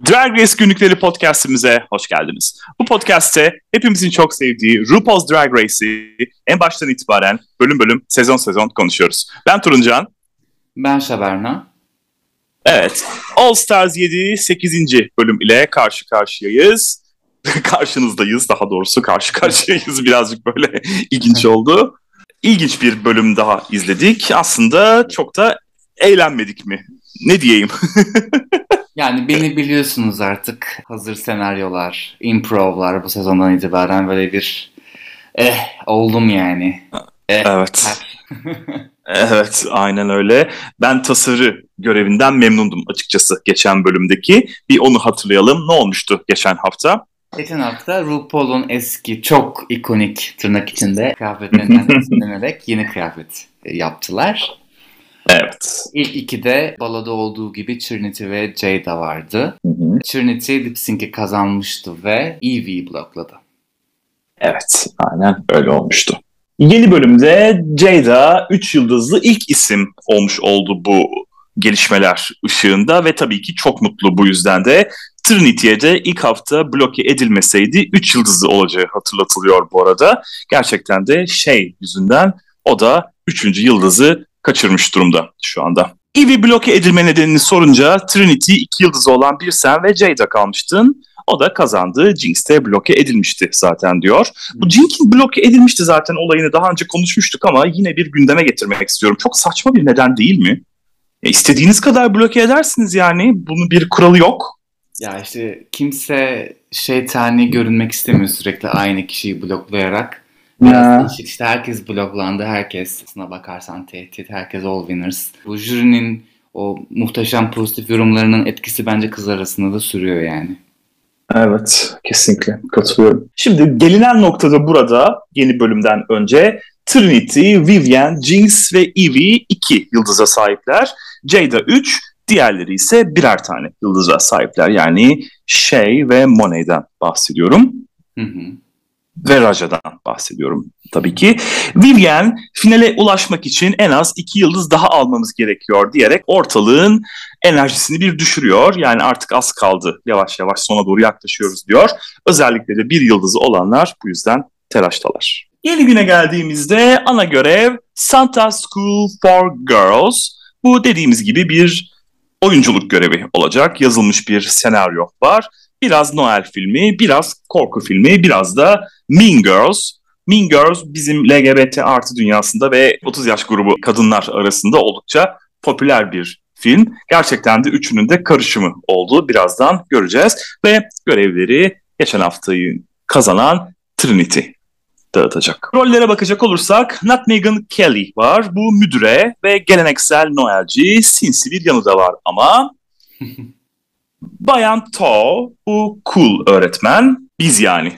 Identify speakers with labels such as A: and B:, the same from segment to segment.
A: Drag Race Günlükleri podcastimize hoş geldiniz. Bu podcast'te hepimizin çok sevdiği RuPaul's Drag Race'i en baştan itibaren bölüm bölüm, sezon sezon konuşuyoruz. Ben Turuncan.
B: Ben Şaberna.
A: Evet, All Stars 7 8. bölüm ile karşı karşıyayız. Karşınızdayız, daha doğrusu karşı karşıyayız. Birazcık böyle ilginç oldu. İlginç bir bölüm daha izledik. Aslında çok da eğlenmedik mi? Ne diyeyim?
B: Yani beni biliyorsunuz artık. Hazır senaryolar, improvlar bu sezondan itibaren böyle bir oldum yani.
A: Evet. Evet, aynen öyle. Ben tasarı görevinden memnundum açıkçası geçen bölümdeki. Bir onu hatırlayalım. Ne olmuştu geçen hafta?
B: Geçen hafta RuPaul'un eski çok ikonik tırnak içinde kıyafetlerinden esinlenerek yeni kıyafet yaptılar.
A: Evet.
B: İlk ikide balada olduğu gibi Trinity ve Jada vardı. Trinity lip sync'i kazanmıştı ve Evie'yi blokladı.
A: Evet, aynen öyle olmuştu. Yeni bölümde Jada 3 yıldızlı ilk isim olmuş oldu bu gelişmeler ışığında ve tabii ki çok mutlu bu yüzden de. Trinity'ye de ilk hafta bloke edilmeseydi 3 yıldızlı olacağı hatırlatılıyor bu arada. Gerçekten de yüzünden o da 3. yıldızı kaçırmış durumda şu anda. Evie bloke edilme nedenini sorunca Trinity 2 yıldızı olan bir sen ve Jada kalmıştın. O da kazandı. Jinx de bloke edilmişti zaten diyor. Bu Jinx'in bloke edilmişti zaten olayını daha önce konuşmuştuk ama yine bir gündeme getirmek istiyorum. Çok saçma bir neden değil mi? İstediğiniz kadar bloke edersiniz yani. Bunun bir kuralı yok.
B: Ya işte kimse şeytani görünmek istemiyor sürekli aynı kişiyi bloklayarak. Biraz değişik işte herkes bloklandı, herkes aslına bakarsan tehdit, herkes all winners. Bu jürinin o muhteşem pozitif yorumlarının etkisi bence kız arasında da sürüyor yani.
A: Evet, kesinlikle katılıyorum. Şimdi gelinen noktada burada yeni bölümden önce Trinity, Vivienne, Jinx ve Evie 2 yıldıza sahipler. Jada 3, diğerleri ise birer tane yıldıza sahipler. Yani Shea ve Monet'den bahsediyorum. Ve Raja'dan bahsediyorum tabii ki. Vivienne finale ulaşmak için en az 2 yıldız daha almamız gerekiyor diyerek ortalığın enerjisini bir düşürüyor. Yani artık az kaldı, yavaş yavaş sona doğru yaklaşıyoruz diyor. Özellikle de 1 yıldızı olanlar bu yüzden telaştalar. Yeni güne geldiğimizde ana görev Santa School for Girls. Bu dediğimiz gibi bir oyunculuk görevi olacak. Yazılmış bir senaryo var. Biraz Noel filmi, biraz korku filmi, biraz da Mean Girls. Mean Girls bizim LGBT artı dünyasında ve 30 yaş grubu kadınlar arasında oldukça popüler bir film. Gerçekten de üçünün de karışımı olduğu birazdan göreceğiz. Ve görevleri geçen haftayı kazanan Trinity dağıtacak. Rollere bakacak olursak Nutmegan Kelly var. Bu müdüre ve geleneksel Noelci, sinsi bir yanı da var ama... Bayan To, bu cool öğretmen, biz yani.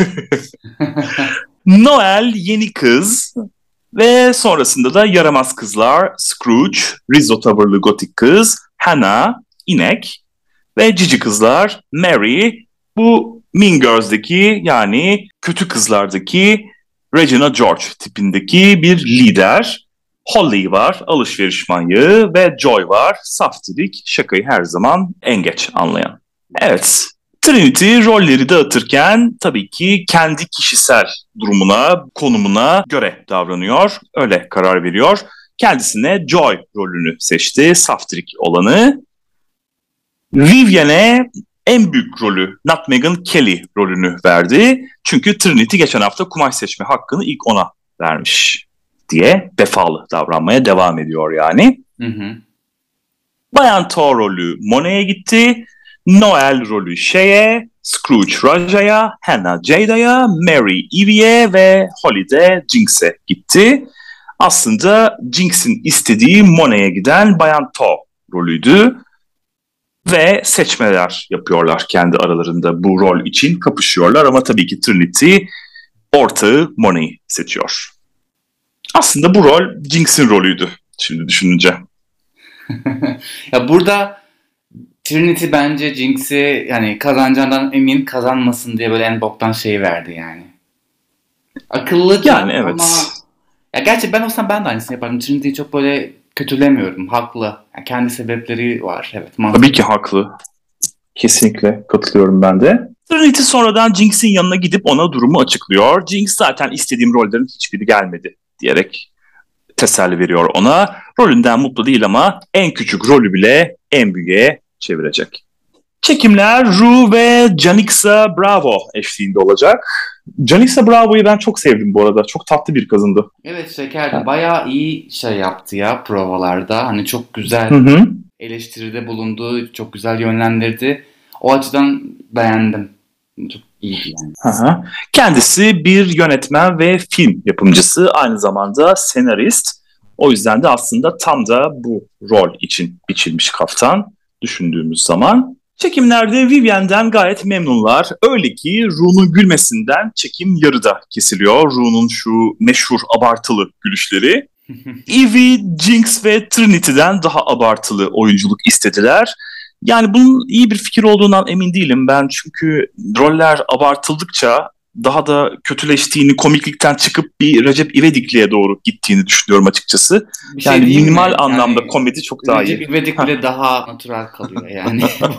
A: Noel yeni kız ve sonrasında da yaramaz kızlar Scrooge, Rizzo tavırlı gotik kız, Hannah, inek ve cici kızlar Mary, bu Mean Girls'deki yani kötü kızlardaki Regina George tipindeki bir lider. Holly var, alışveriş manyağı ve Joy var, saftirik, şakayı her zaman en geç anlayan. Evet, Trinity rolleri dağıtırken tabii ki kendi kişisel durumuna, konumuna göre davranıyor, öyle karar veriyor. Kendisine Joy rolünü seçti, saftirik olanı. Vivienne'e en büyük rolü Nutmegan Kelly rolünü verdi. Çünkü Trinity geçen hafta kumaş seçme hakkını ilk ona vermiş diye vefalı davranmaya devam ediyor yani. Bayan To rolü Monet'e gitti. Noel rolü Shea'ye, Scrooge Raja'ya, Hannah Jada'ya, Mary Evie'ye ve Holly de Jinx'e gitti. Aslında Jinx'in istediği Monet'e giden Bayan To rolüydü. Ve seçmeler yapıyorlar kendi aralarında bu rol için kapışıyorlar ama tabii ki Trinity ortağı Monet'i seçiyor. Aslında bu rol Jinx'in rolüydü şimdi düşününce.
B: Ya burada Trinity bence Jinx'i yani kazanacağından emin, kazanmasın diye böyle en boktan şey verdi yani. Akıllıca
A: yani evet.
B: Ama ya gerçi ben olsam ben de aynısını yapardım. Trinity'yi çok böyle kötülemiyorum. Haklı. Yani kendi sebepleri var. Evet, mantıklı.
A: Tabii ki haklı. Kesinlikle katılıyorum ben de. Trinity sonradan Jinx'in yanına gidip ona durumu açıklıyor. Jinx zaten istediğim rollerin hiçbiri gelmedi diyerek teselli veriyor ona. Rolünden mutlu değil ama en küçük rolü bile en büyüğe çevirecek. Çekimler Rue ve Janixa Bravo eşliğinde olacak. Janixa Bravo'yu ben çok sevdim bu arada. Çok tatlı bir kadındı.
B: Evet, şekerdi. Bayağı iyi şey yaptı ya provalarda. Hani çok güzel eleştiride bulundu. Çok güzel yönlendirdi. O açıdan beğendim. Çok iyiydi yani.
A: Aha. Kendisi bir yönetmen ve film yapımcısı. Aynı zamanda senarist. O yüzden de aslında tam da bu rol için biçilmiş kaftan düşündüğümüz zaman. Çekimlerde Vivienne'den gayet memnunlar. Öyle ki Rue'nun gülmesinden çekim yarıda kesiliyor. Rue'nun şu meşhur abartılı gülüşleri. Evie, Jinx ve Trinity'den daha abartılı oyunculuk istediler. Yani bunun iyi bir fikir olduğundan emin değilim ben. Çünkü roller abartıldıkça daha da kötüleştiğini, komiklikten çıkıp bir Recep İvedikli'ye doğru gittiğini düşünüyorum açıkçası. Yani minimal anlamda yani, komedi çok daha iyi.
B: Recep İvedik bile daha natural kalıyor yani.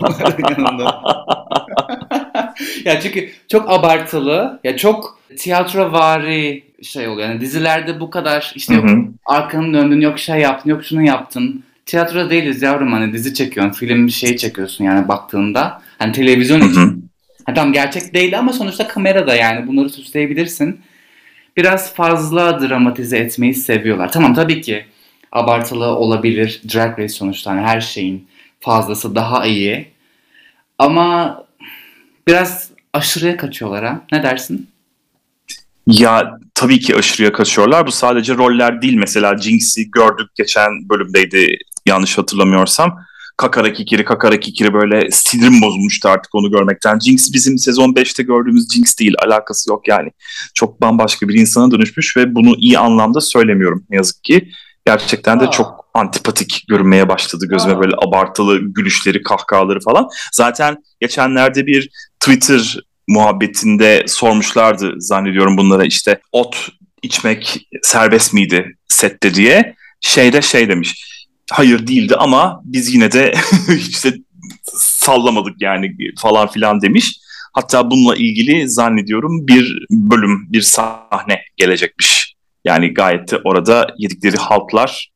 B: Ya çünkü çok abartılı, ya çok tiyatrovari şey oluyor. Yani dizilerde bu kadar işte yok arkanı döndün, yok şey yaptın, yok şunu yaptın. Tiyatroda değiliz yavrum, hani dizi çekiyorsun, film şey çekiyorsun yani baktığında. Hani televizyon için. Tamam gerçek değil ama sonuçta kamerada, yani bunları süsleyebilirsin. Biraz fazla dramatize etmeyi seviyorlar. Tamam, tabii ki abartılı olabilir. Drag Race sonuçta, hani her şeyin fazlası daha iyi. Ama biraz aşırıya kaçıyorlar ha. Ne dersin?
A: Ya tabii ki aşırıya kaçıyorlar. Bu sadece roller değil. Mesela Jinx'i gördük geçen bölümdeydi yanlış hatırlamıyorsam. Kakara kikiri böyle sinirim bozulmuştu artık onu görmekten. Jinx bizim sezon 5'te gördüğümüz Jinx değil. Alakası yok yani. Çok bambaşka bir insana dönüşmüş ve bunu iyi anlamda söylemiyorum ne yazık ki. Gerçekten de çok antipatik görünmeye başladı gözüme, böyle abartılı gülüşleri, kahkahaları falan. Zaten geçenlerde bir Twitter muhabbetinde sormuşlardı zannediyorum bunlara, işte ot içmek serbest miydi sette diye. Şey demiş. Hayır değildi ama biz yine de işte sallamadık yani falan filan demiş. Hatta bununla ilgili zannediyorum bir bölüm, bir sahne gelecekmiş. Yani gayet de orada yedikleri haltlar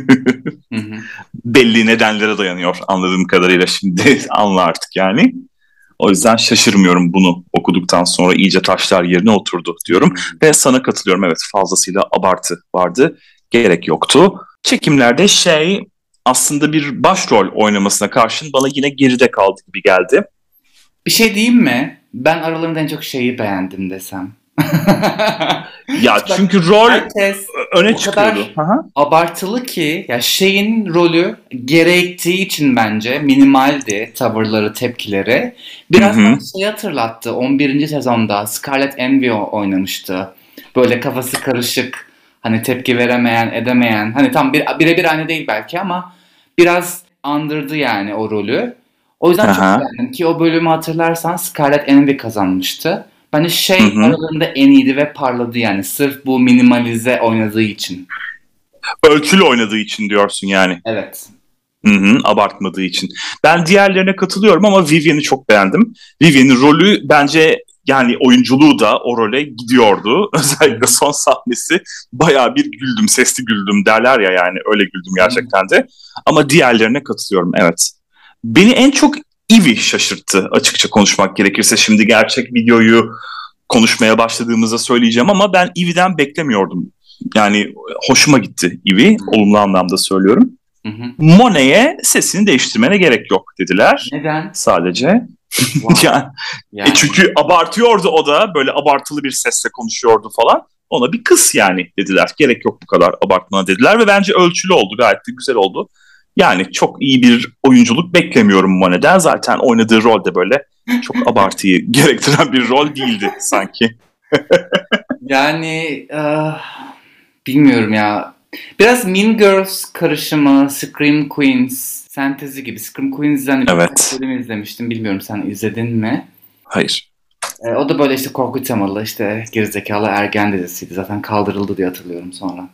A: belli nedenlere dayanıyor anladığım kadarıyla, şimdi anla artık yani. O yüzden şaşırmıyorum, bunu okuduktan sonra iyice taşlar yerine oturdu diyorum. Ve sana katılıyorum, evet, fazlasıyla abartı vardı. Gerek yoktu. Çekimlerde aslında bir başrol oynamasına karşın bana yine geride kaldı gibi geldi.
B: Bir şey diyeyim mi? Ben aralarında en çok şeyi beğendim desem.
A: Ya çünkü rol öne çıkıyordu.
B: Abartılı ki ya, şeyin rolü gerektiği için bence minimaldi, tavırları, tepkileri. Biraz şey hatırlattı. 11. sezonda Scarlet Envy oynamıştı. Böyle kafası karışık, hani tepki veremeyen, edemeyen. Hani tam birebir aynı değil belki ama biraz andırdı yani o rolü. O yüzden çok beğendim ki o bölümü hatırlarsan Scarlet Envy kazanmıştı. Bence aralarında en iyiydi ve parladı yani. Sırf bu minimalize oynadığı için.
A: Ölçülü oynadığı için diyorsun yani.
B: Evet.
A: Abartmadığı için. Ben diğerlerine katılıyorum ama Vivienne'i çok beğendim. Vivienne'in rolü bence, yani oyunculuğu da o role gidiyordu. Özellikle son sahnesi bayağı bir güldüm, sesli güldüm derler ya, yani öyle güldüm gerçekten de. Ama diğerlerine katılıyorum, evet. Beni en çok Evie şaşırttı açıkça konuşmak gerekirse. Şimdi gerçek videoyu konuşmaya başladığımızda söyleyeceğim ama ben Evie'den beklemiyordum. Yani hoşuma gitti Evie, olumlu anlamda söylüyorum. Monet'e sesini değiştirmene gerek yok dediler.
B: Neden?
A: Sadece. Yani. Çünkü abartıyordu o da, böyle abartılı bir sesle konuşuyordu falan. Ona bir kıs yani dediler. Gerek yok bu kadar abartmana dediler ve bence ölçülü oldu, gayet de güzel oldu. Yani çok iyi bir oyunculuk beklemiyorum Monet'den. Zaten oynadığı rol de böyle çok abartıyı gerektiren bir rol değildi sanki.
B: Yani bilmiyorum ya. Biraz Mean Girls karışımı, Scream Queens, sentezi gibi. Scream Queens'den bir bölüm izlemiştim. Bilmiyorum, sen izledin mi?
A: Hayır.
B: O da böyle işte korku temalı, işte gerizekalı ergen dizisiydi. Zaten kaldırıldı diye hatırlıyorum sonra.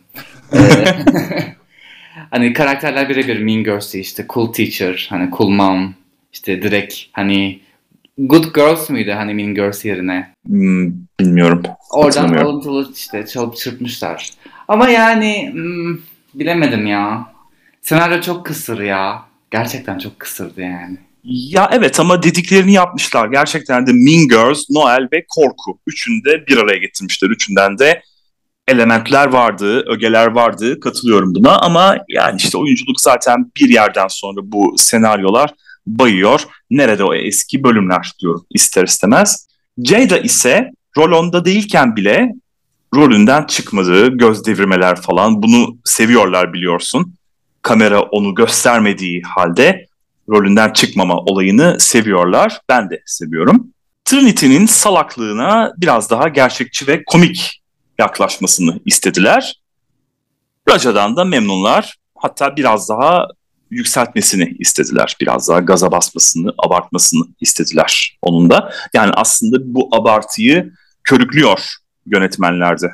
B: Hani karakterler birebir Mean Girls'ti, işte cool teacher, hani cool mom, İşte direkt hani Good Girls muydu hani Mean Girls yerine?
A: Bilmiyorum.
B: Oradan alıntılı işte çalıp çırpmışlar. Ama yani bilemedim ya. Senaryo çok kısır ya. Gerçekten çok kısırdı yani.
A: Ya evet ama dediklerini yapmışlar. Gerçekten de Mean Girls, Noel ve Korku. Üçünü de bir araya getirmişler. Üçünden de elementler vardı, ögeler vardı. Katılıyorum buna ama yani işte oyunculuk zaten bir yerden sonra bu senaryolar bayıyor. Nerede o eski bölümler diyorum ister istemez. Jada ise rol onda değilken bile rolünden çıkmadığı, göz devirmeler falan bunu seviyorlar biliyorsun. Kamera onu göstermediği halde rolünden çıkmama olayını seviyorlar. Ben de seviyorum. Trinity'nin salaklığına biraz daha gerçekçi ve komik yaklaşmasını istediler. Raja'dan da memnunlar. Hatta biraz daha yükseltmesini istediler. Biraz daha gaza basmasını, abartmasını istediler onun da. Yani aslında bu abartıyı körüklüyor yönetmenlerde.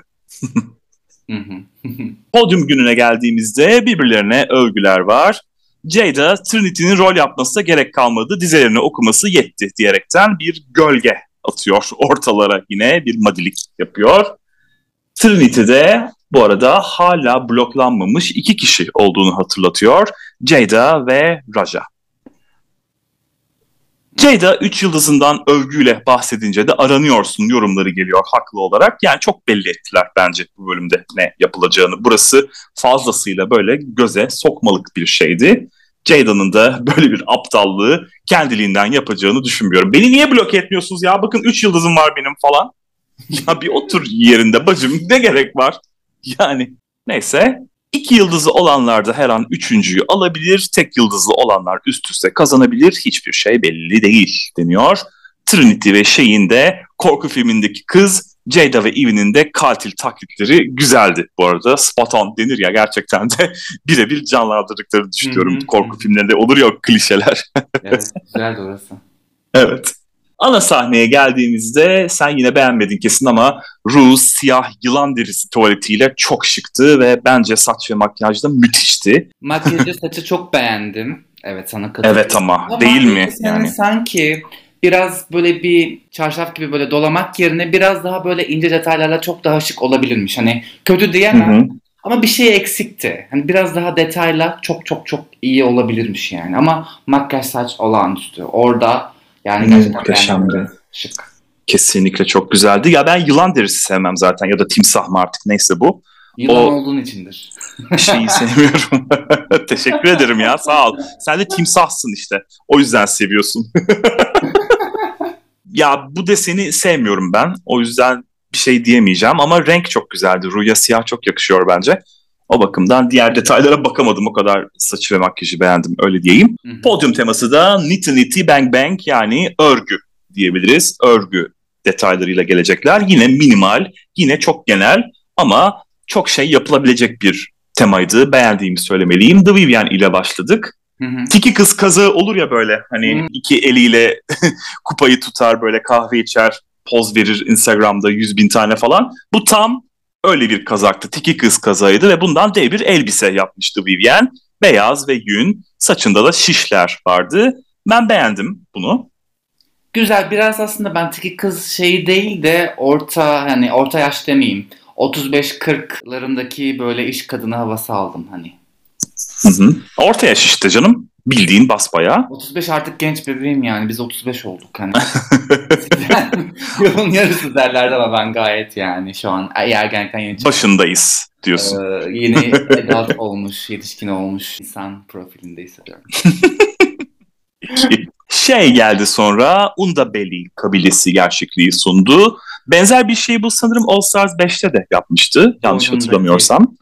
A: Podyum gününe geldiğimizde birbirlerine övgüler var. Jada, Trinity'nin rol yapmasına gerek kalmadı, dizelerini okuması yetti diyerekten bir gölge atıyor ortalara, yine bir madilik yapıyor. Trinity'de bu arada hala bloklanmamış 2 kişi olduğunu hatırlatıyor. Jada ve Raja. Jada 3 yıldızından övgüyle bahsedince de aranıyorsun yorumları geliyor haklı olarak. Yani çok belli ettiler bence bu bölümde ne yapılacağını. Burası fazlasıyla böyle göze sokmalık bir şeydi. Jada'nın da böyle bir aptallığı kendiliğinden yapacağını düşünmüyorum. Beni niye bloke etmiyorsunuz ya? Bakın 3 yıldızım var benim falan. Ya bir otur yerinde bacım, ne gerek var? Yani neyse. 2 yıldızı olanlar da her an 3.'yü alabilir. Tek yıldızlı olanlar üst üste kazanabilir. Hiçbir şey belli değil deniyor. Trinity ve şeyin de korku filmindeki kız, Jada ve Eve'nin de katil taklitleri güzeldi bu arada. Spot on denir ya, gerçekten de birebir canlandırdıklarını düşünüyorum. Korku filmlerinde olur ya o klişeler.
B: Evet, güzeldi orası.
A: Evet. Ana sahneye geldiğimizde sen yine beğenmedin kesin ama Rose siyah yılan derisi tuvaletiyle çok şıktı ve bence saç ve makyaj da müthişti.
B: Makyajı, saçı çok beğendim. Evet, sana katılıyorum.
A: Evet ama değil mi?
B: Yani sanki biraz böyle bir çarşaf gibi böyle dolamak yerine biraz daha böyle ince detaylarla çok daha şık olabilirmiş. Hani kötü diyemem ama bir şey eksikti. Hani biraz daha detayla çok çok çok iyi olabilirmiş yani. Ama makyaj, saç olağanüstü. Orada yani gerçekten şık.
A: Kesinlikle çok güzeldi. Ya ben yılan derisi sevmem zaten, ya da timsah mı artık neyse bu.
B: Yılan olduğun içindir.
A: Şeyi sevmiyorum. Teşekkür ederim ya, sağ ol. Sen de timsahsın işte. O yüzden seviyorsun. Ya bu deseni sevmiyorum ben. O yüzden bir şey diyemeyeceğim ama renk çok güzeldi. Ruya siyah çok yakışıyor bence. O bakımdan diğer detaylara bakamadım. O kadar saçı ve makyajı beğendim, öyle diyeyim. Podyum teması da Nitty Nitty Bang Bang, yani örgü diyebiliriz. Örgü detaylarıyla gelecekler. Yine minimal, yine çok genel ama çok şey yapılabilecek bir temaydı. Beğendiğimi söylemeliyim. The Vivienne ile başladık. Tiki kız kazığı olur ya böyle, hani iki eliyle kupayı tutar, böyle kahve içer, poz verir Instagram'da 100.000 tane falan. Bu tam öyle bir kazaktı. Tiki kız kazağıydı ve bundan dev bir elbise yapmıştı Vivienne. Beyaz ve yün, saçında da şişler vardı. Ben beğendim bunu.
B: Güzel, biraz aslında ben tiki kız şeyi değil de orta yaş demeyeyim. 35-40'larındaki böyle iş kadını havası aldım hani.
A: Orta yaş işte canım. Bildiğin basbayağı.
B: 35 artık genç bebeğim yani. Biz 35 olduk hani. Yolun yarısı derlerdi ama ben gayet yani şu an ergenlikten yeni çıktım.
A: Başındayız diyorsun.
B: Yeni adult olmuş, yetişkin olmuş insan profilinde hissediyorum.
A: Şey geldi sonra, Undabelli kabilesi gerçekliği sundu. Benzer bir şey bu sanırım All Stars 5'te de yapmıştı. Yanlış hatırlamıyorsam.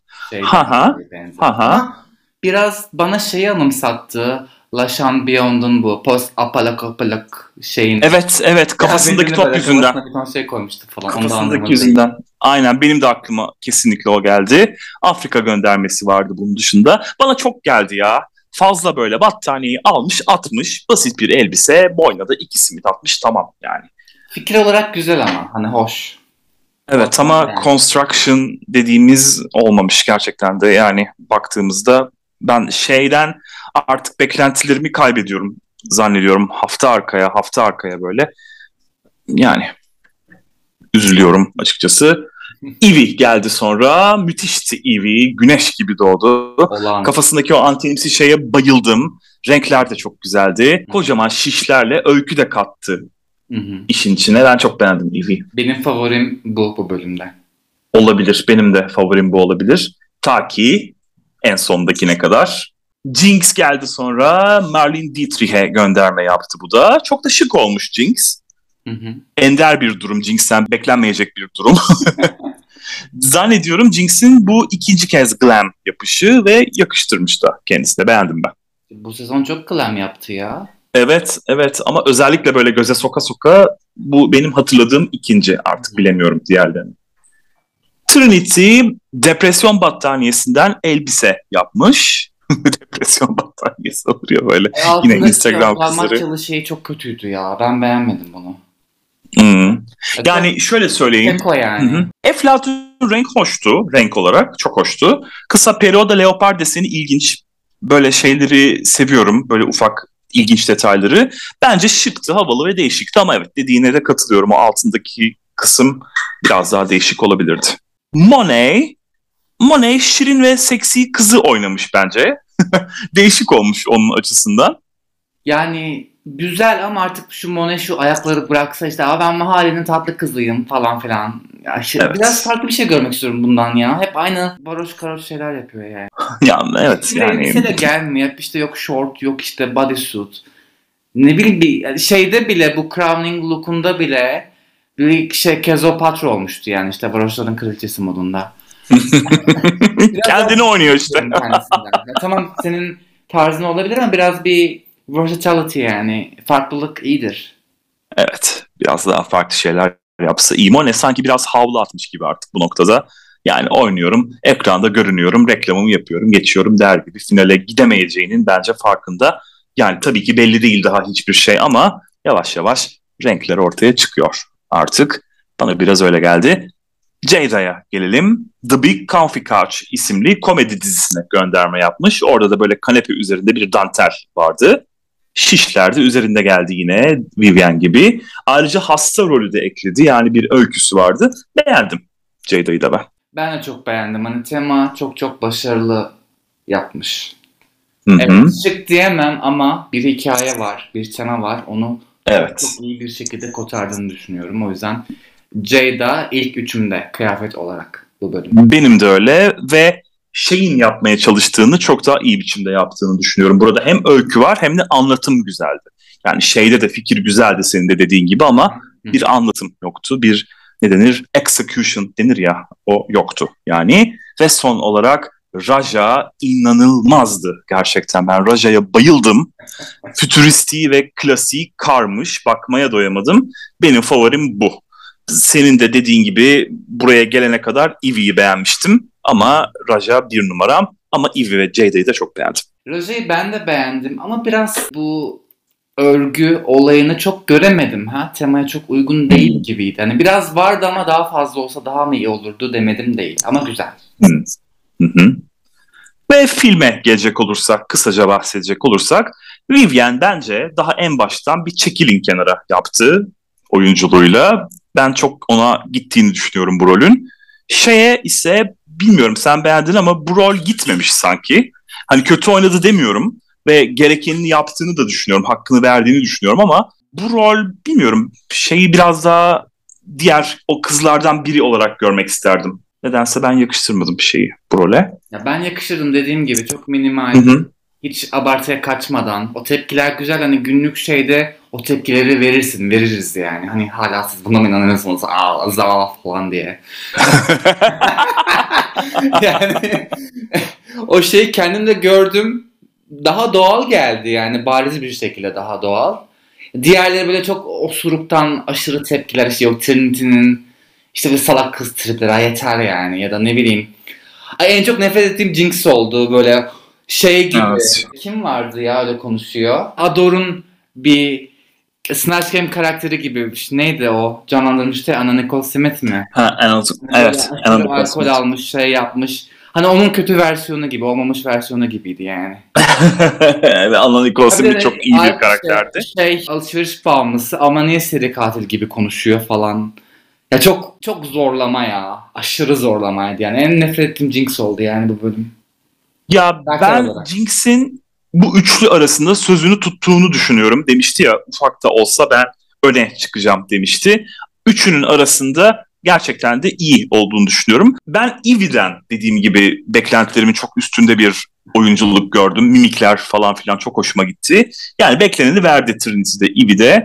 B: Biraz bana şeyi anımsattı. La Champion'un bu post-apokaliptik şeyin.
A: Evet, kafasındaki top yüzünden.
B: Bir ton şey koymuştu falan.
A: Kafasındaki yüzünden. Aynen, benim de aklıma kesinlikle o geldi. Afrika göndermesi vardı bunun dışında. Bana çok geldi ya. Fazla böyle battaniyeyi almış atmış, basit bir elbise, boyuna da 2 simit atmış, tamam yani.
B: Fikir olarak güzel ama hani hoş.
A: Evet ama yani construction dediğimiz olmamış gerçekten de, yani baktığımızda ben şeyden artık beklentilerimi kaybediyorum. zannediyorum hafta arkaya böyle. Yani üzülüyorum açıkçası. Eevee geldi sonra. Müthişti Eevee. Güneş gibi doğdu. Kafasındaki o antenimsi şeye bayıldım. Renkler de çok güzeldi. Kocaman şişlerle öykü de kattı işin içine. Ben çok beğendim Eevee.
B: Benim favorim bu bölümde.
A: Olabilir. Benim de favorim bu olabilir. Ta ki en sondakine kadar. Jinx geldi sonra. Marlene Dietrich'e gönderme yaptı bu da. Çok da şık olmuş Jinx. Ender bir durum. Jinx'ten beklenmeyecek bir durum. Zannediyorum Jinx'in bu ikinci kez glam yapışı ve yakıştırmış da kendisine. Beğendim ben.
B: Bu sezon çok glam yaptı ya.
A: Evet ama özellikle böyle göze soka soka bu benim hatırladığım ikinci, artık bilemiyorum diğerlerini. Trinity depresyon battaniyesinden elbise yapmış. Depresyon battaniyesi oluyor böyle. Yine Instagram kızları.
B: Parmak şeyi çok kötüydü ya. Ben beğenmedim bunu.
A: Yani şöyle söyleyeyim.
B: Eko yani.
A: Eflatun renk hoştu. Renk olarak çok hoştu. Kısa periyoda leopar deseni ilginç. Böyle şeyleri seviyorum. Böyle ufak ilginç detayları. Bence şıktı, havalı ve değişikti ama evet, dediğine de katılıyorum. O altındaki kısım biraz daha değişik olabilirdi. Monet şirin ve seksi kızı oynamış bence. Değişik olmuş onun açısından.
B: Yani güzel ama artık şu Monet şu ayakları bıraksa işte ben mahallenin tatlı kızıyım falan filan. Ya evet. Biraz farklı bir şey görmek istiyorum bundan ya. Hep aynı baroş karoş şeyler yapıyor yani.
A: Ya evet yani.
B: Elbise de gelmiyor. Hep işte yok short, yok işte bodysuit. Ne bileyim bir şeyde bile, bu Crowning look'unda bile bir şey Kezopatra olmuştu yani, işte varoşların kraliçesi modunda.
A: Kendini oynuyor işte.
B: Tamam, senin tarzın olabilir ama biraz bir versatility, yani farklılık iyidir.
A: Evet, biraz daha farklı şeyler yapsa iyi. Monet sanki biraz havlu atmış gibi artık bu noktada. Yani oynuyorum, ekranda görünüyorum, reklamımı yapıyorum, geçiyorum der gibi finale gidemeyeceğinin bence farkında. Yani tabii ki belli değil daha hiçbir şey ama yavaş yavaş renkler ortaya çıkıyor artık. Bana biraz öyle geldi. Jada'ya gelelim. The Big Comfy Couch isimli komedi dizisine gönderme yapmış. Orada da böyle kanepe üzerinde bir dantel vardı. Şişler de üzerinde geldi yine Vivian gibi. Ayrıca hasta rolü de ekledi. Yani bir öyküsü vardı. Beğendim Jada'yı da ben.
B: Ben de çok beğendim. Hani tema çok başarılı yapmış.
A: Hı-hı.
B: Evet, şık diyemem ama bir hikaye var, bir tema var. Onu çok iyi bir şekilde kotardığını düşünüyorum. O yüzden Jada ilk üçümde kıyafet olarak bu bölüm.
A: Benim de öyle ve şeyin yapmaya çalıştığını çok daha iyi biçimde yaptığını düşünüyorum. Burada hem öykü var hem de anlatım güzeldi. Yani şeyde de fikir güzeldi senin de dediğin gibi ama bir anlatım yoktu. Bir ne denir? Execution denir ya, o yoktu yani. Ve son olarak Raja inanılmazdı gerçekten. Ben Raja'ya bayıldım. Fütüristiği ve klasiği karmış. Bakmaya doyamadım. Benim favorim bu. Senin de dediğin gibi buraya gelene kadar Eevee'yi beğenmiştim. Ama Raja bir numaram. Ama Eevee ve Jada'yı da çok beğendim.
B: Raja'yı ben de beğendim ama biraz bu örgü olayını çok göremedim. Temaya çok uygun değil gibiydi. Hani biraz vardı ama daha fazla olsa daha mı iyi olurdu demedim değil. Ama güzel.
A: Hı. Ve filme gelecek olursak, kısaca bahsedecek olursak, Vivian bence daha en baştan bir çekilin kenara yaptı oyunculuğuyla. Ben çok ona gittiğini düşünüyorum bu rolün. Şeye ise bilmiyorum sen beğendin ama bu rol gitmemiş sanki. Hani kötü oynadı demiyorum ve gerekenini yaptığını da düşünüyorum, hakkını verdiğini düşünüyorum ama bu rol bilmiyorum, şeyi biraz daha diğer o kızlardan biri olarak görmek isterdim. Nedense ben yakıştırmadım bir şeyi bu role.
B: Ya ben yakıştırdım dediğim gibi, çok minimal. Hiç abartıya kaçmadan. O tepkiler güzel, hani günlük şeyde o tepkileri veririz yani. Hani hala siz buna mı inanıyorsunuz? Zavallı falan diye. Yani o şeyi kendimde gördüm. Daha doğal geldi yani, bariz bir şekilde daha doğal. Diğerleri böyle çok osuruktan aşırı tepkiler, işte yok Trinity'nin işte bir salak kız tripleri, yeter yani, ya da ne bileyim. En çok nefret ettiğim Jinx oldu, böyle şey gibi. Evet. Kim vardı ya öyle konuşuyor? Ador'un bir Snatch Game karakteri gibi. Neydi o? Canlandırmıştı Anna Nicole Smith mi?
A: Evet. Anna
B: Nicole alkol almış, şey yapmış. Hani onun kötü versiyonu gibi, olmamış versiyonu gibiydi yani.
A: Ve Alan Nicholson çok iyi bir karakterdi.
B: Alışveriş bağımlısı ama niye seri katil gibi konuşuyor falan. Ya çok çok zorlama ya. Aşırı zorlamaydı yani. En nefret ettiğim Jinx oldu yani bu bölüm.
A: Ya ben Jinx'in bu üçlü arasında sözünü tuttuğunu düşünüyorum. Demişti ya, ufak da olsa ben öne çıkacağım demişti. Üçünün arasında gerçekten de iyi olduğunu düşünüyorum. Ben Eevee'den dediğim gibi beklentilerimin çok üstünde bir oyunculuk gördüm. Mimikler falan filan çok hoşuma gitti. Yani bekleneni verdi Trinity'de, Eevee'de.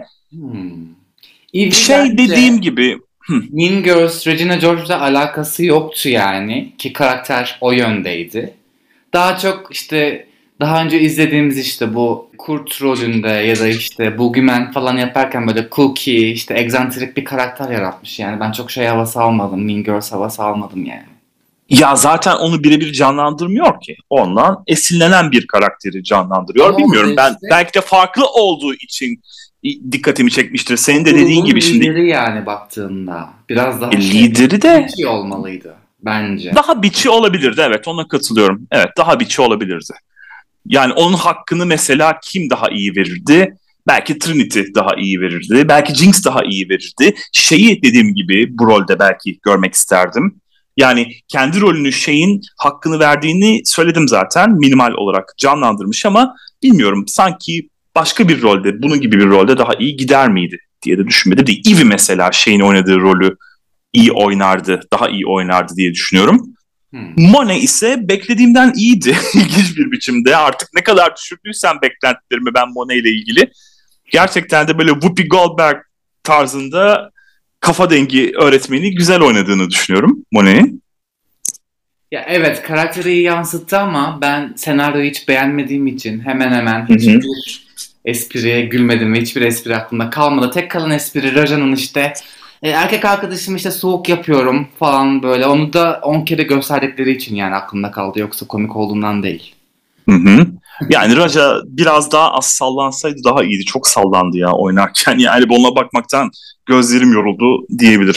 A: Dediğim gibi...
B: Mean Girls, Regina George'la alakası yoktu yani. Ki karakter o yöndeydi. Daha çok işte daha önce izlediğimiz işte bu kurt rolünde ya da işte Boogeyman falan yaparken böyle kooky, işte egzantrik bir karakter yaratmış yani. Ben çok havası almadım. Mean Girls havası almadım yani.
A: Ya zaten onu birebir canlandırmıyor ki. Ondan esinlenen bir karakteri canlandırıyor. Ama bilmiyorum ben işte, belki de farklı olduğu için dikkatimi çekmiştir. Senin de dediğin gibi şimdi.
B: Lideri yani baktığında. Biraz daha
A: lideri de
B: bitchy olmalıydı bence.
A: Daha bitchy olabilirdi, evet, ona katılıyorum. Evet, daha bitchy olabilirdi. Yani onun hakkını mesela kim daha iyi verirdi? Belki Trinity daha iyi verirdi. Belki Jinx daha iyi verirdi. Dediğim gibi bu rolde belki görmek isterdim. Yani kendi rolünü hakkını verdiğini söyledim zaten. Minimal olarak canlandırmış ama bilmiyorum, sanki başka bir rolde, bunun gibi bir rolde daha iyi gider miydi diye de düşünmedim. Ivy mesela oynadığı rolü iyi oynardı, daha iyi oynardı diye düşünüyorum. Monet ise beklediğimden iyiydi ilginç bir biçimde. Artık ne kadar düşürdüysem beklentilerimi ben Monet ile ilgili. Gerçekten de böyle Whoopi Goldberg tarzında kafa dengi öğretmeni güzel oynadığını düşünüyorum Monet'in.
B: Ya evet, karakteri iyi yansıttı ama ben senaryoyu hiç beğenmediğim için hemen hemen hiçbir espriye gülmedim ve hiçbir espri aklımda kalmadı. Tek kalan espri Raja'nın işte erkek arkadaşım işte soğuk yapıyorum falan böyle. Onu da 10 kere gösterdikleri için yani aklımda kaldı. Yoksa komik olduğundan değil.
A: Yani Raja biraz daha az sallansaydı daha iyiydi. Çok sallandı ya oynarken. Yani ona bakmaktan gözlerim yoruldu diyebilirim.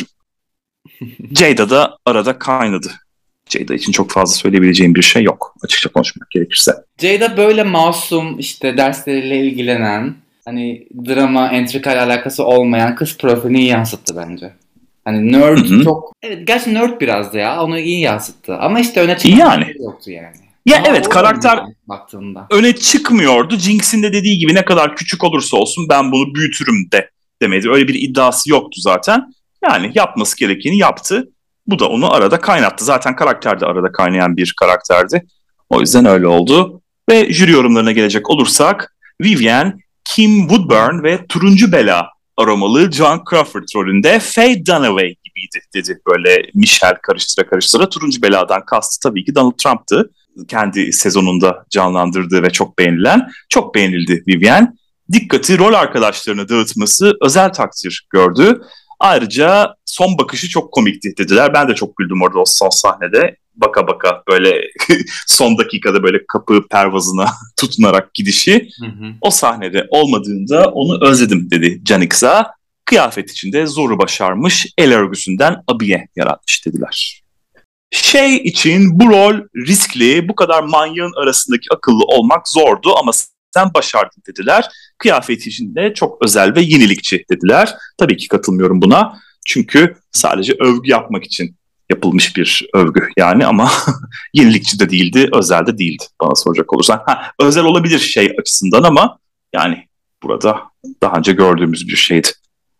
A: Jada da arada kaynadı. Jada için çok fazla söyleyebileceğim bir şey yok, açıkça konuşmak gerekirse.
B: Jada böyle masum, işte dersleriyle ilgilenen, hani drama, entrikal alakası olmayan kız profilini iyi yansıttı bence. Hani nerd çok... Evet, gerçi nerd biraz da ya, onu iyi yansıttı. Ama işte öne çıkan bir şey yoktu yani.
A: Ya daha evet, karakter
B: baktığında
A: öne çıkmıyordu. Jinx'in de dediği gibi ne kadar küçük olursa olsun ben bunu büyütürüm de demedi. Öyle bir iddiası yoktu zaten. Yani yapması gerekeni yaptı. Bu da onu arada kaynattı. Zaten karakter de arada kaynayan bir karakterdi. O yüzden öyle oldu. Ve jüri yorumlarına gelecek olursak Vivienne, Kim Woodburn ve Turuncu Bela aromalı Joan Crawford rolünde Faye Dunaway gibiydi dedi. Böyle Michelle karıştıra. Turuncu Bela'dan kastı tabii ki Donald Trump'tı. Kendi sezonunda canlandırdığı ve çok beğenildi Vivienne. Dikkati rol arkadaşlarına dağıtması özel takdir gördü. Ayrıca son bakışı çok komikti dediler. Ben de çok güldüm orada o son sahnede. Baka baka böyle son dakikada böyle kapı pervazına tutunarak gidişi. O sahnede olmadığında onu özledim dedi Canix'a. Kıyafet içinde zoru başarmış, el örgüsünden abiye yaratmış dediler. için bu rol riskli, bu kadar manyağın arasındaki akıllı olmak zordu ama sen başardın dediler. Kıyafeti içinde çok özel ve yenilikçi dediler. Tabii ki katılmıyorum buna. Çünkü sadece övgü yapmak için yapılmış bir övgü yani, ama yenilikçi de değildi, özel de değildi bana soracak olursan. Özel olabilir açısından ama yani burada daha önce gördüğümüz bir şeydi.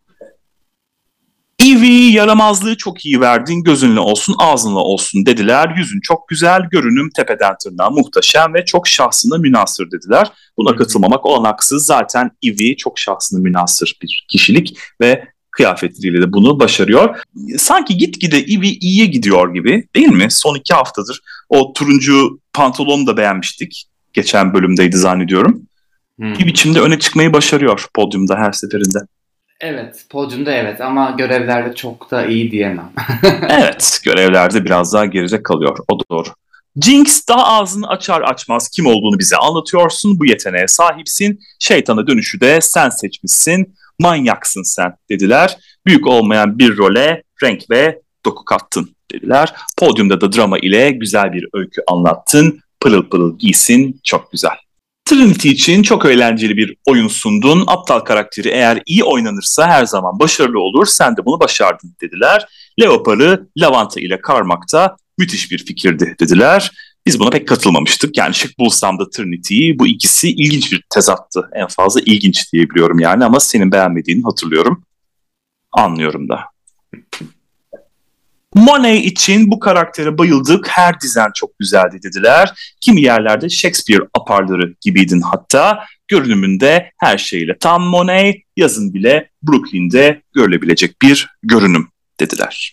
A: Evie, yaramazlığı çok iyi verdin, gözünle olsun ağzınla olsun dediler. Yüzün çok güzel, görünüm tepeden tırnağa muhteşem ve çok şahsına münhasır dediler. Buna katılmamak olanaksız. Zaten Evie çok şahsına münhasır bir kişilik ve kıyafetleriyle de bunu başarıyor. Sanki gitgide Evie iyiye gidiyor gibi, değil mi? Son 2 haftadır o turuncu pantolonu da beğenmiştik. Geçen bölümdeydi zannediyorum. Bir biçimde öne çıkmayı başarıyor podyumda her seferinde.
B: Evet, podyumda evet ama görevlerde çok da iyi diyemem.
A: Evet, görevlerde biraz daha geride kalıyor, o doğru. Jinx daha ağzını açar açmaz kim olduğunu bize anlatıyorsun, bu yeteneğe sahipsin, şeytana dönüşü de sen seçmişsin, manyaksın sen dediler. Büyük olmayan bir role renk ve doku kattın dediler. Podyumda da drama ile güzel bir öykü anlattın. Pırıl pırıl giysin, çok güzel. Trinity için çok eğlenceli bir oyun sundun. Aptal karakteri eğer iyi oynanırsa her zaman başarılı olur. Sen de bunu başardın dediler. Leopar'ı lavanta ile karmak da müthiş bir fikirdi dediler. Biz buna pek katılmamıştık. Yani şık bulsam da Trinity'yi, bu ikisi ilginç bir tezattı. En fazla ilginç diyebiliyorum yani, ama senin beğenmediğini hatırlıyorum. Anlıyorum da. Monet için bu karaktere bayıldık. Her dizen çok güzeldi dediler. Kimi yerlerde Shakespeare aparları gibiydin hatta. Görünümünde her şeyle tam Monet, yazın bile Brooklyn'de görülebilecek bir görünüm dediler.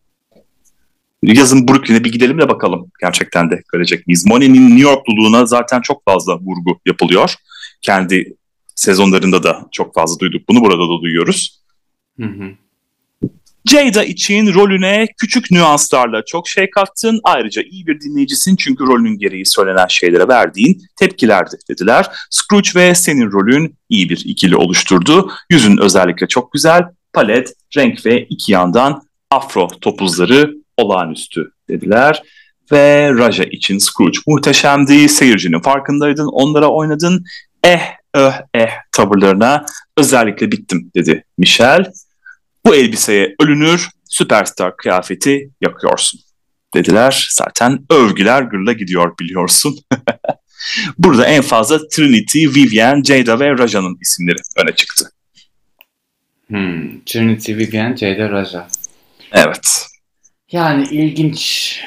A: Yazın Brooklyn'e bir gidelim de bakalım gerçekten de görecek miyiz? Monet'in New Yorkluluğuna zaten çok fazla vurgu yapılıyor. Kendi sezonlarında da çok fazla duyduk bunu, burada da duyuyoruz. Hı hı. Jada için rolüne küçük nüanslarla çok şey kattın. Ayrıca iyi bir dinleyicisin çünkü rolünün gereği söylenen şeylere verdiğin tepkilerdi dediler. Scrooge ve senin rolün iyi bir ikili oluşturdu. Yüzün özellikle çok güzel. Palet, renk ve iki yandan afro topuzları olağanüstü dediler. Ve Raja için Scrooge muhteşemdi. Seyircinin farkındaydın. Onlara oynadın. Tavırlarına özellikle bittim dedi Michelle. Bu elbiseye ölünür, süperstar kıyafeti yakıyorsun dediler. Zaten övgüler gırla gidiyor biliyorsun. Burada en fazla Trinity, Vivian, Jada ve Raja'nın isimleri öne çıktı.
B: Trinity, Vivian, Jada, Raja.
A: Evet.
B: Yani ilginç.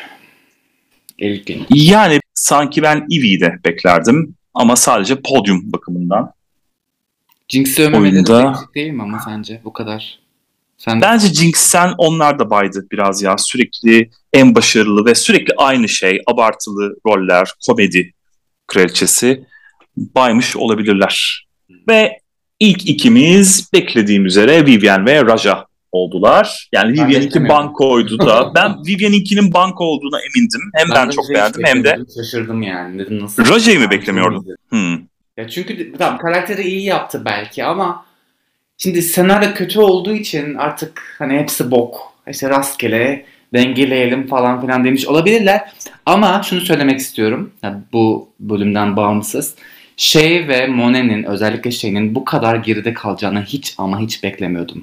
A: Yani sanki ben Evie'yi de beklerdim ama sadece podyum bakımından.
B: Jinx'i övmemeleri değil mi ama sence bu kadar?
A: Bence Jinx'ten onlar da baydı biraz ya. Sürekli en başarılı ve sürekli aynı şey, abartılı roller, komedi kraliçesi baymış olabilirler. Ve ilk ikimiz beklediğim üzere Vivian ve Raja oldular. Yani Vivian'inki bankoydu da. Ben Vivian'inkinin banko olduğuna emindim. Hem ben çok beğendim hem de.
B: Şaşırdım yani. Dedim nasıl?
A: Raja'yı mı beklemiyordun?
B: Ya çünkü tamam, karakteri iyi yaptı belki ama şimdi senaryo kötü olduğu için artık hani hepsi bok. İşte rastgele dengeleyelim falan filan demiş olabilirler. Ama şunu söylemek istiyorum. Yani bu bölümden bağımsız. Shay ve Monet'in, özellikle Shay'nin bu kadar geride kalacağını hiç ama hiç beklemiyordum.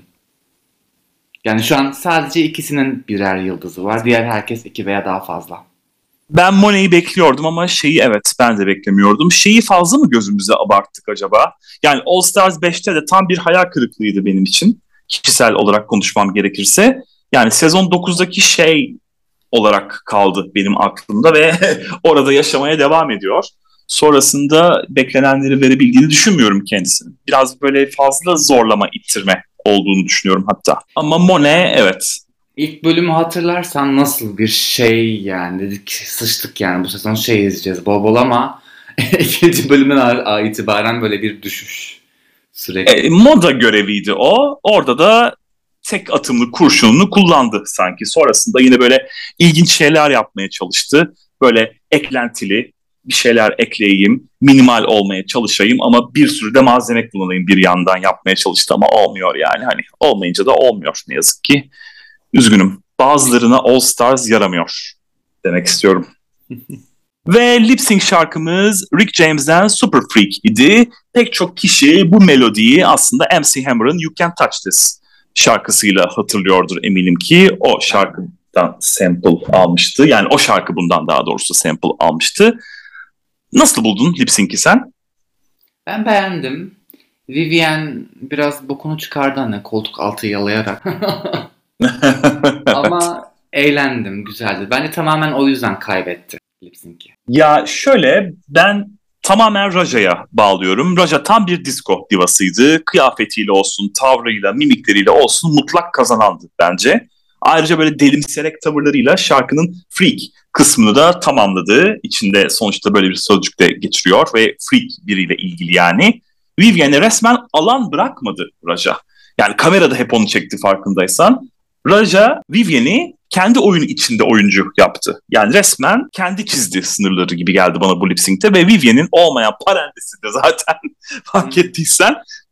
B: Yani şu an sadece ikisinin birer yıldızı var. Diğer herkes 2 veya daha fazla.
A: Ben Monet'i bekliyordum ama Shay'i evet ben de beklemiyordum. Shay'i fazla mı gözümüze abarttık acaba? Yani All Stars 5'te de tam bir hayal kırıklığıydı benim için. Kişisel olarak konuşmam gerekirse. Yani sezon 9'daki Shay olarak kaldı benim aklımda ve orada yaşamaya devam ediyor. Sonrasında beklenenleri verebildiğini düşünmüyorum kendisinin. Biraz böyle fazla zorlama, ittirme olduğunu düşünüyorum hatta. Ama Monet evet.
B: İlk bölümü hatırlarsan nasıl bir şey yani, dedik sıçtık yani bu sezon şey izleyeceğiz bol bol ama ikinci bölümden itibaren böyle bir düşüş sürekli.
A: Moda göreviydi o. Orada da tek atımlı kurşununu kullandı sanki. Sonrasında yine böyle ilginç şeyler yapmaya çalıştı. Böyle eklentili bir şeyler ekleyeyim, minimal olmaya çalışayım ama bir sürü de malzeme kullanayım bir yandan yapmaya çalıştı ama olmuyor yani. Hani olmayınca da olmuyor ne yazık ki. Üzgünüm. Bazılarına All Stars yaramıyor demek istiyorum. Ve lip sync şarkımız Rick James'den Super Freak idi. Pek çok kişi bu melodiyi aslında MC Hammer'ın You Can't Touch This şarkısıyla hatırlıyordur eminim ki. O şarkıdan sample almıştı. Yani o şarkı bundan daha doğrusu sample almıştı. Nasıl buldun lip sync'i sen?
B: Ben beğendim. Vivian biraz bokunu çıkardı hani koltuk altı yalayarak. Ama eğlendim, güzeldi. Bence tamamen o yüzden kaybetti lip sync'i.
A: Ya şöyle, ben tamamen Raja'ya bağlıyorum. Raja tam bir disco divasıydı. Kıyafetiyle olsun, tavrıyla, mimikleriyle olsun mutlak kazanandı bence. Ayrıca böyle delimserek tavırlarıyla şarkının freak kısmını da tamamladı. İçinde sonuçta böyle bir sözcük de geçiriyor ve freak biriyle ilgili yani. Vivian'e resmen alan bırakmadı Raja. Yani kamerada hep onu çekti farkındaysan. Raja, Vivian'i kendi oyunu içinde oyuncu yaptı. Yani resmen kendi çizdi sınırları gibi geldi bana bu lip sync'te ve Vivian'in olmayan parantezi de zaten fark ettiysen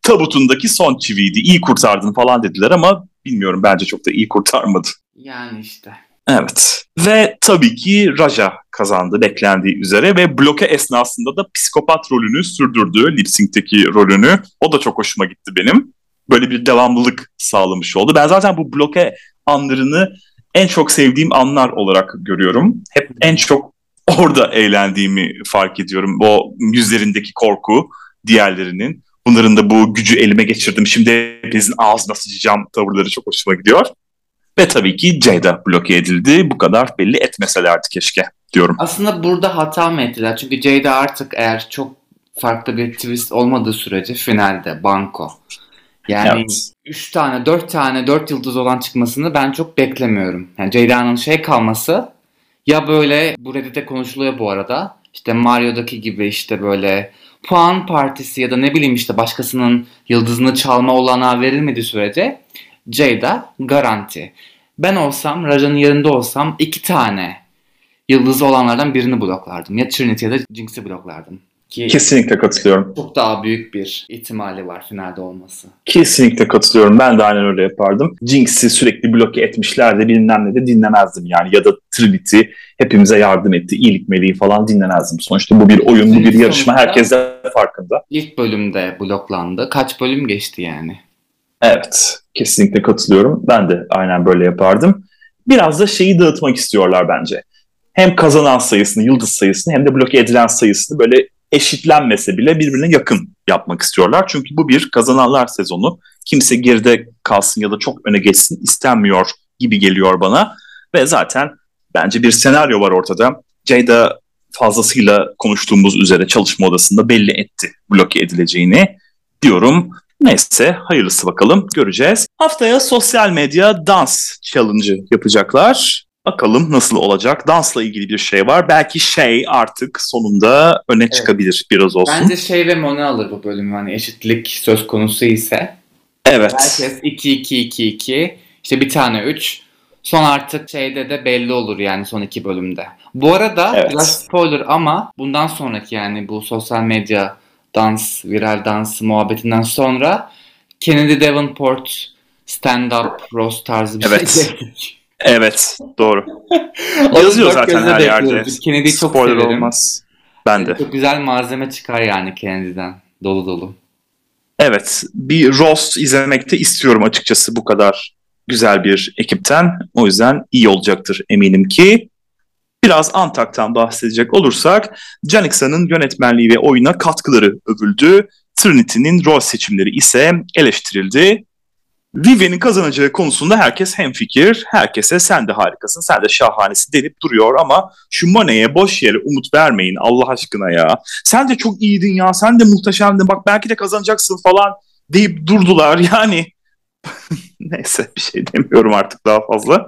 A: tabutundaki son çiviydi. İyi kurtardın falan dediler ama bilmiyorum, bence çok da iyi kurtarmadı.
B: Yani işte.
A: Evet. Ve tabii ki Raja kazandı beklendiği üzere ve bloke esnasında da psikopat rolünü sürdürdü. Lip Sync'teki rolünü. O da çok hoşuma gitti benim. Böyle bir devamlılık sağlamış oldu. Ben zaten bu bloke anlarını en çok sevdiğim anlar olarak görüyorum. Hep en çok orada eğlendiğimi fark ediyorum. O yüzlerindeki korku diğerlerinin. Bunların da bu gücü elime geçirdim, şimdi hepinizin ağzına sıçacağım tavırları çok hoşuma gidiyor. Ve tabii ki Jada bloke edildi. Bu kadar belli etmeselerdi keşke diyorum.
B: Aslında burada hata mı ettiler? Çünkü Jada artık eğer çok farklı bir twist olmadığı sürece finalde banko. Yani
A: Evet.
B: 3 tane, 4 tane 4 yıldız olan çıkmasını ben çok beklemiyorum. Yani Jada'nın kalması, ya böyle bu Reddit'te konuşuluyor bu arada. İşte Mario'daki gibi işte böyle puan partisi ya da ne bileyim işte başkasının yıldızını çalma olanağı verilmediği sürece Jada garanti. Ben olsam, Raja'nın yerinde olsam 2 tane yıldızı olanlardan birini bloklardım. Ya Trinity ya da Jinx'i bloklardım. Ki
A: Kesinlikle katılıyorum.
B: çok daha büyük bir ihtimali var finalde olması.
A: Kesinlikle katılıyorum. Ben de aynen öyle yapardım. Jinx'i sürekli bloke etmişler de bilmem ne de dinlemezdim yani. Ya da Trinity hepimize yardım etti. İyilik meleği falan dinlemezdim. Sonuçta bu bir oyun, bu bir yarışma. Herkes de farkında.
B: İlk bölümde bloklandı. Kaç bölüm geçti yani?
A: Evet. Kesinlikle katılıyorum. Ben de aynen böyle yapardım. Biraz da şeyi dağıtmak istiyorlar bence. Hem kazanan sayısını, yıldız sayısını hem de bloke edilen sayısını böyle eşitlenmese bile birbirine yakın yapmak istiyorlar. Çünkü bu bir kazananlar sezonu. Kimse geride kalsın ya da çok öne geçsin istenmiyor gibi geliyor bana. Ve zaten bence bir senaryo var ortada. Jada fazlasıyla konuştuğumuz üzere çalışma odasında belli etti bloke edileceğini diyorum. Neyse, hayırlısı bakalım, göreceğiz. Haftaya sosyal medya dans challenge'ı yapacaklar. Bakalım nasıl olacak? Dansla ilgili bir şey var. Belki artık sonunda öne çıkabilir biraz olsun.
B: Bence ve Mona alır bu bölümü. Hani eşitlik söz konusu ise.
A: Evet.
B: Herkes 2-2-2-2. İşte bir tane 3. Son artık de belli olur yani son 2 bölümde. Bu arada biraz spoiler ama bundan sonraki yani bu sosyal medya dans, viral dans muhabbetinden sonra Kennedy Davenport stand-up roast tarzı bir şey.
A: Evet, doğru. Yazıyor zaten her yerde.
B: Kennedy'yi çok
A: spoiler
B: severim.
A: Olmaz. Ben de.
B: Çok güzel malzeme çıkar yani Kennedy'den. Dolu dolu.
A: Evet, bir roast izlemekte istiyorum açıkçası bu kadar güzel bir ekipten. O yüzden iyi olacaktır eminim ki. Biraz Antak'tan bahsedecek olursak, Janixa'nın yönetmenliği ve oyuna katkıları övüldü. Trinity'nin rol seçimleri ise eleştirildi. Vivienne'in kazanacağı konusunda herkes hemfikir. Herkese sen de harikasın, sen de şahanesin denip duruyor ama şu Monet'e boş yere umut vermeyin Allah aşkına ya. Sen de çok iyiydin ya, sen de muhteşemdin, bak belki de kazanacaksın falan deyip durdular yani. Neyse, bir şey demiyorum artık daha fazla.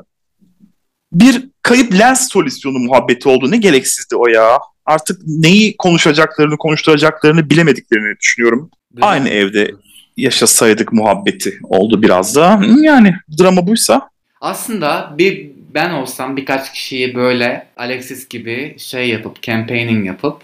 A: Bir kayıp lens solüsyonu muhabbeti oldu. Ne gereksizdi o ya. Artık neyi konuşturacaklarını bilemediklerini düşünüyorum. Değil Aynı mi? Evde yaşasaydık muhabbeti oldu biraz da. Yani drama buysa.
B: Aslında ben olsam birkaç kişiyi böyle Alexis gibi yapıp, campaigning yapıp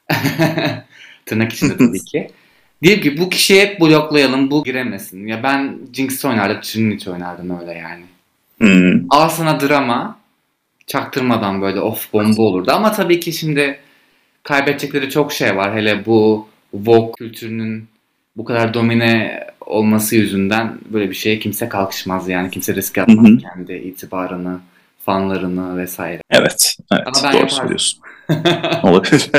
B: tırnak içinde tabii ki. Diyeyim ki bu kişiyi hep bloklayalım, bu giremesin. Ya ben Jinx oynardım, Trinity oynardım öyle yani. Al sana drama, çaktırmadan böyle bomba olurdu. Ama tabii ki şimdi kaybedecekleri çok şey var. Hele bu Vogue kültürünün bu kadar domine olması yüzünden böyle bir şeye kimse kalkışmaz yani. Kimse risk atmaz kendi itibarını, fanlarını vesaire.
A: Evet doğru söylüyorsun. Olabilir.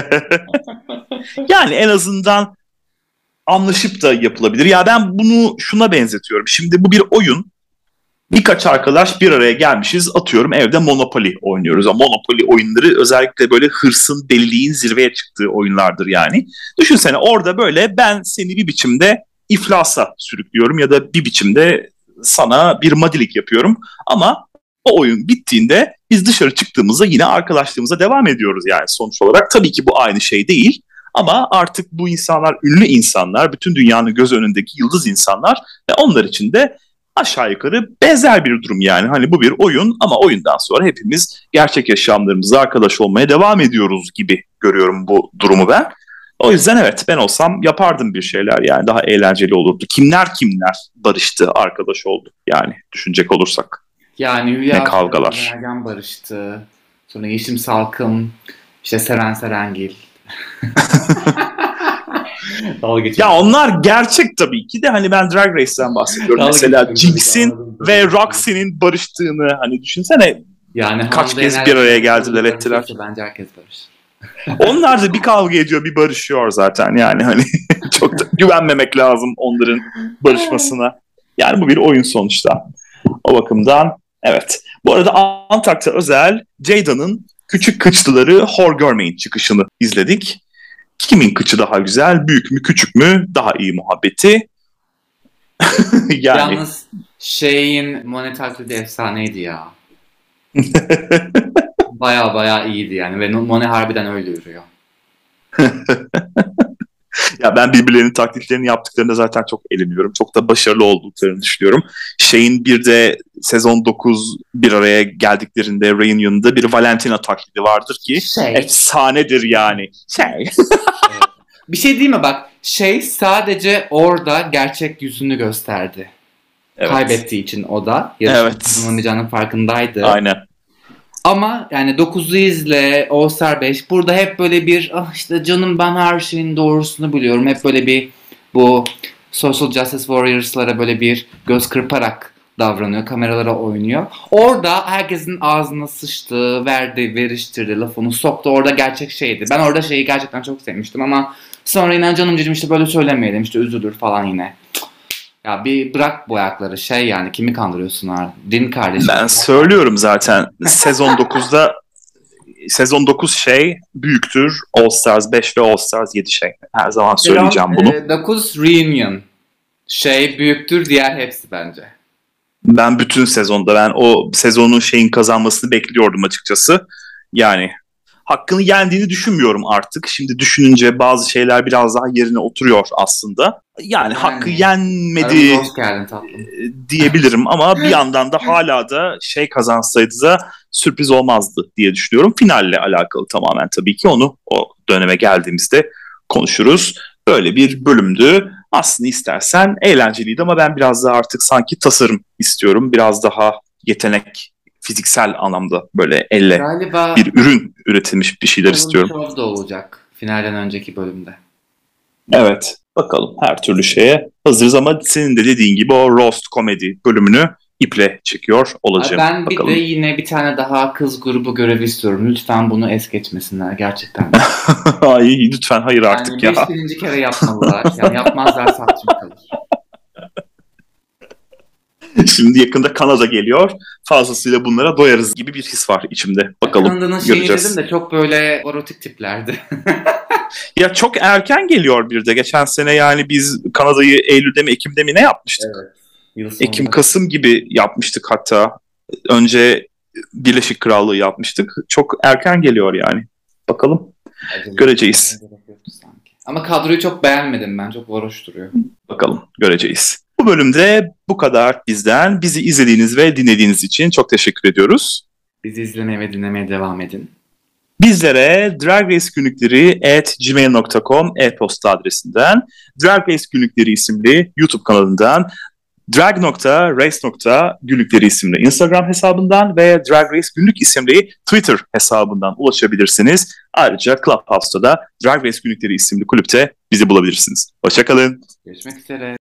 A: Yani en azından anlaşıp da yapılabilir. Ya ben bunu şuna benzetiyorum. Şimdi bu bir oyun. Birkaç arkadaş bir araya gelmişiz, atıyorum evde Monopoly oynuyoruz. Ama Monopoly oyunları özellikle böyle hırsın, deliliğin zirveye çıktığı oyunlardır yani. Düşünsene, orada böyle ben seni bir biçimde iflasa sürüklüyorum ya da bir biçimde sana bir madilik yapıyorum. Ama o oyun bittiğinde biz dışarı çıktığımızda yine arkadaşlığımıza devam ediyoruz yani sonuç olarak. Tabii ki bu aynı şey değil. Ama artık bu insanlar ünlü insanlar, bütün dünyanın göz önündeki yıldız insanlar ve onlar için de aşağı yukarı benzer bir durum yani. Hani bu bir oyun ama oyundan sonra hepimiz gerçek yaşamlarımızda arkadaş olmaya devam ediyoruz gibi görüyorum bu durumu ben. O yüzden evet, ben olsam yapardım bir şeyler, yani daha eğlenceli olurdu. Kimler barıştı, arkadaş oldu yani, düşünecek olursak.
B: Yani
A: Ne
B: Hülya
A: kavgalar.
B: Ergen barıştı. Sonra Yeşim Salkım, işte Seren Serengil. Dalga geçiyorum.
A: Ya onlar gerçek tabii ki de, hani ben Drag Race'ten bahsediyorum. Mesela Jinx'in ve Roxy'nin barıştığını hani düşünsene,
B: yani
A: kaç kez bir araya geldiler ettiler.
B: Bence herkes barış.
A: Onlar da bir kavga ediyor, bir barışıyor zaten yani, hani çok da güvenmemek lazım onların barışmasına. Yani bu bir oyun sonuçta. O bakımdan evet. Bu arada Antakya özel Jada'nın Küçük Kıçlıları Hor Görmeyin çıkışını izledik. Kimin kıçı daha güzel, büyük mü küçük mü, daha iyi muhabbeti. Yani.
B: Yalnız şeyin Monet taklidi efsaneydi ya. Baya iyiydi yani ve Monet harbiden öyle yürüyor.
A: Ya ben birbirlerinin taklitlerini yaptıklarında zaten çok eğleniyorum. Çok da başarılı olduklarını düşünüyorum. Şeyin bir de sezon 9 bir araya geldiklerinde Reunion'da bir Valentina taklidi vardır ki efsanedir yani.
B: Evet. Bir şey değil mi bak? Sadece orada gerçek yüzünü gösterdi. Evet. Kaybettiği için o da. Yarışmanın farkındaydı.
A: Aynen.
B: Ama yani 9'u izle, All Star 5 burada hep böyle bir işte canım ben her şeyin doğrusunu biliyorum. Hep böyle bir bu Social Justice Warriors'lara böyle bir göz kırparak davranıyor. Kameralara oynuyor. Orada herkesin ağzına sıçtı, veriştirdi, lafını soktu. Orada gerçek şeydi. Ben orada şeyi gerçekten çok sevmiştim ama sonra yine canım cicim işte böyle söylemeyelim işte üzülür falan yine. Ya bir bırak bu ayakları yani kimi kandırıyorsun abi? Din kardeşim.
A: Ben söylüyorum zaten sezon 9 büyüktür All Stars 5 ve All Stars 7 Her zaman söyleyeceğim bunu.
B: 9 Reunion büyüktür diğer hepsi bence.
A: Ben bütün sezonda o sezonun kazanmasını bekliyordum açıkçası. Yani hakkını yendiğini düşünmüyorum artık. Şimdi düşününce bazı şeyler biraz daha yerine oturuyor aslında. Yani hakkı yenmedi diyebilirim ama bir yandan da hala da kazansaydı da sürpriz olmazdı diye düşünüyorum. Finalle alakalı tamamen tabii ki, onu o döneme geldiğimizde konuşuruz. Böyle bir bölümdü. Aslında istersen eğlenceliydi ama ben biraz daha artık sanki tasarım istiyorum. Biraz daha yetenek, fiziksel anlamda böyle elle galiba bir ürün üretilmiş bir şeyler istiyorum.
B: Show da olacak finalden önceki bölümde.
A: Evet, bakalım, her türlü şeye hazırız ama senin de dediğin gibi o roast komedi bölümünü iple çekiyor olacağım.
B: Ben bakalım. Bir de yine bir tane daha kız grubu görevi istiyorum. Lütfen bunu es geçmesinler gerçekten.
A: Ay lütfen, hayır artık ya.
B: 5. kere yapmalılar. Yani yapmazlarsa saçma kalır.
A: Şimdi yakında Kanada geliyor. Fazlasıyla bunlara doyarız gibi bir his var içimde. Bakalım,
B: Kanada'nın göreceğiz. De çok böyle erotik tiplerdi.
A: Ya çok erken geliyor bir de. Geçen sene yani biz Kanada'yı Eylül'de mi Ekim'de mi ne yapmıştık?
B: Evet.
A: Ekim-Kasım gibi yapmıştık hatta. Önce Birleşik Krallığı yapmıştık. Çok erken geliyor yani. Bakalım. Göreceğiz.
B: Ama kadroyu çok beğenmedim ben. Çok varoş duruyor.
A: Bakalım, göreceğiz. Bu bölümde bu kadar bizden. Bizi izlediğiniz ve dinlediğiniz için çok teşekkür ediyoruz.
B: Bizi izlemeye ve dinlemeye devam edin.
A: Bizlere dragracegünlükleri@gmail.com e-posta adresinden, Drag Race Günlükleri isimli YouTube kanalından, drag.race.günlükleri isimli Instagram hesabından ve Drag Race Günlük isimli Twitter hesabından ulaşabilirsiniz. Ayrıca Clubhouse'da da Drag Race Günlükleri isimli kulüpte bizi bulabilirsiniz. Hoşça kalın.
B: Görüşmek üzere.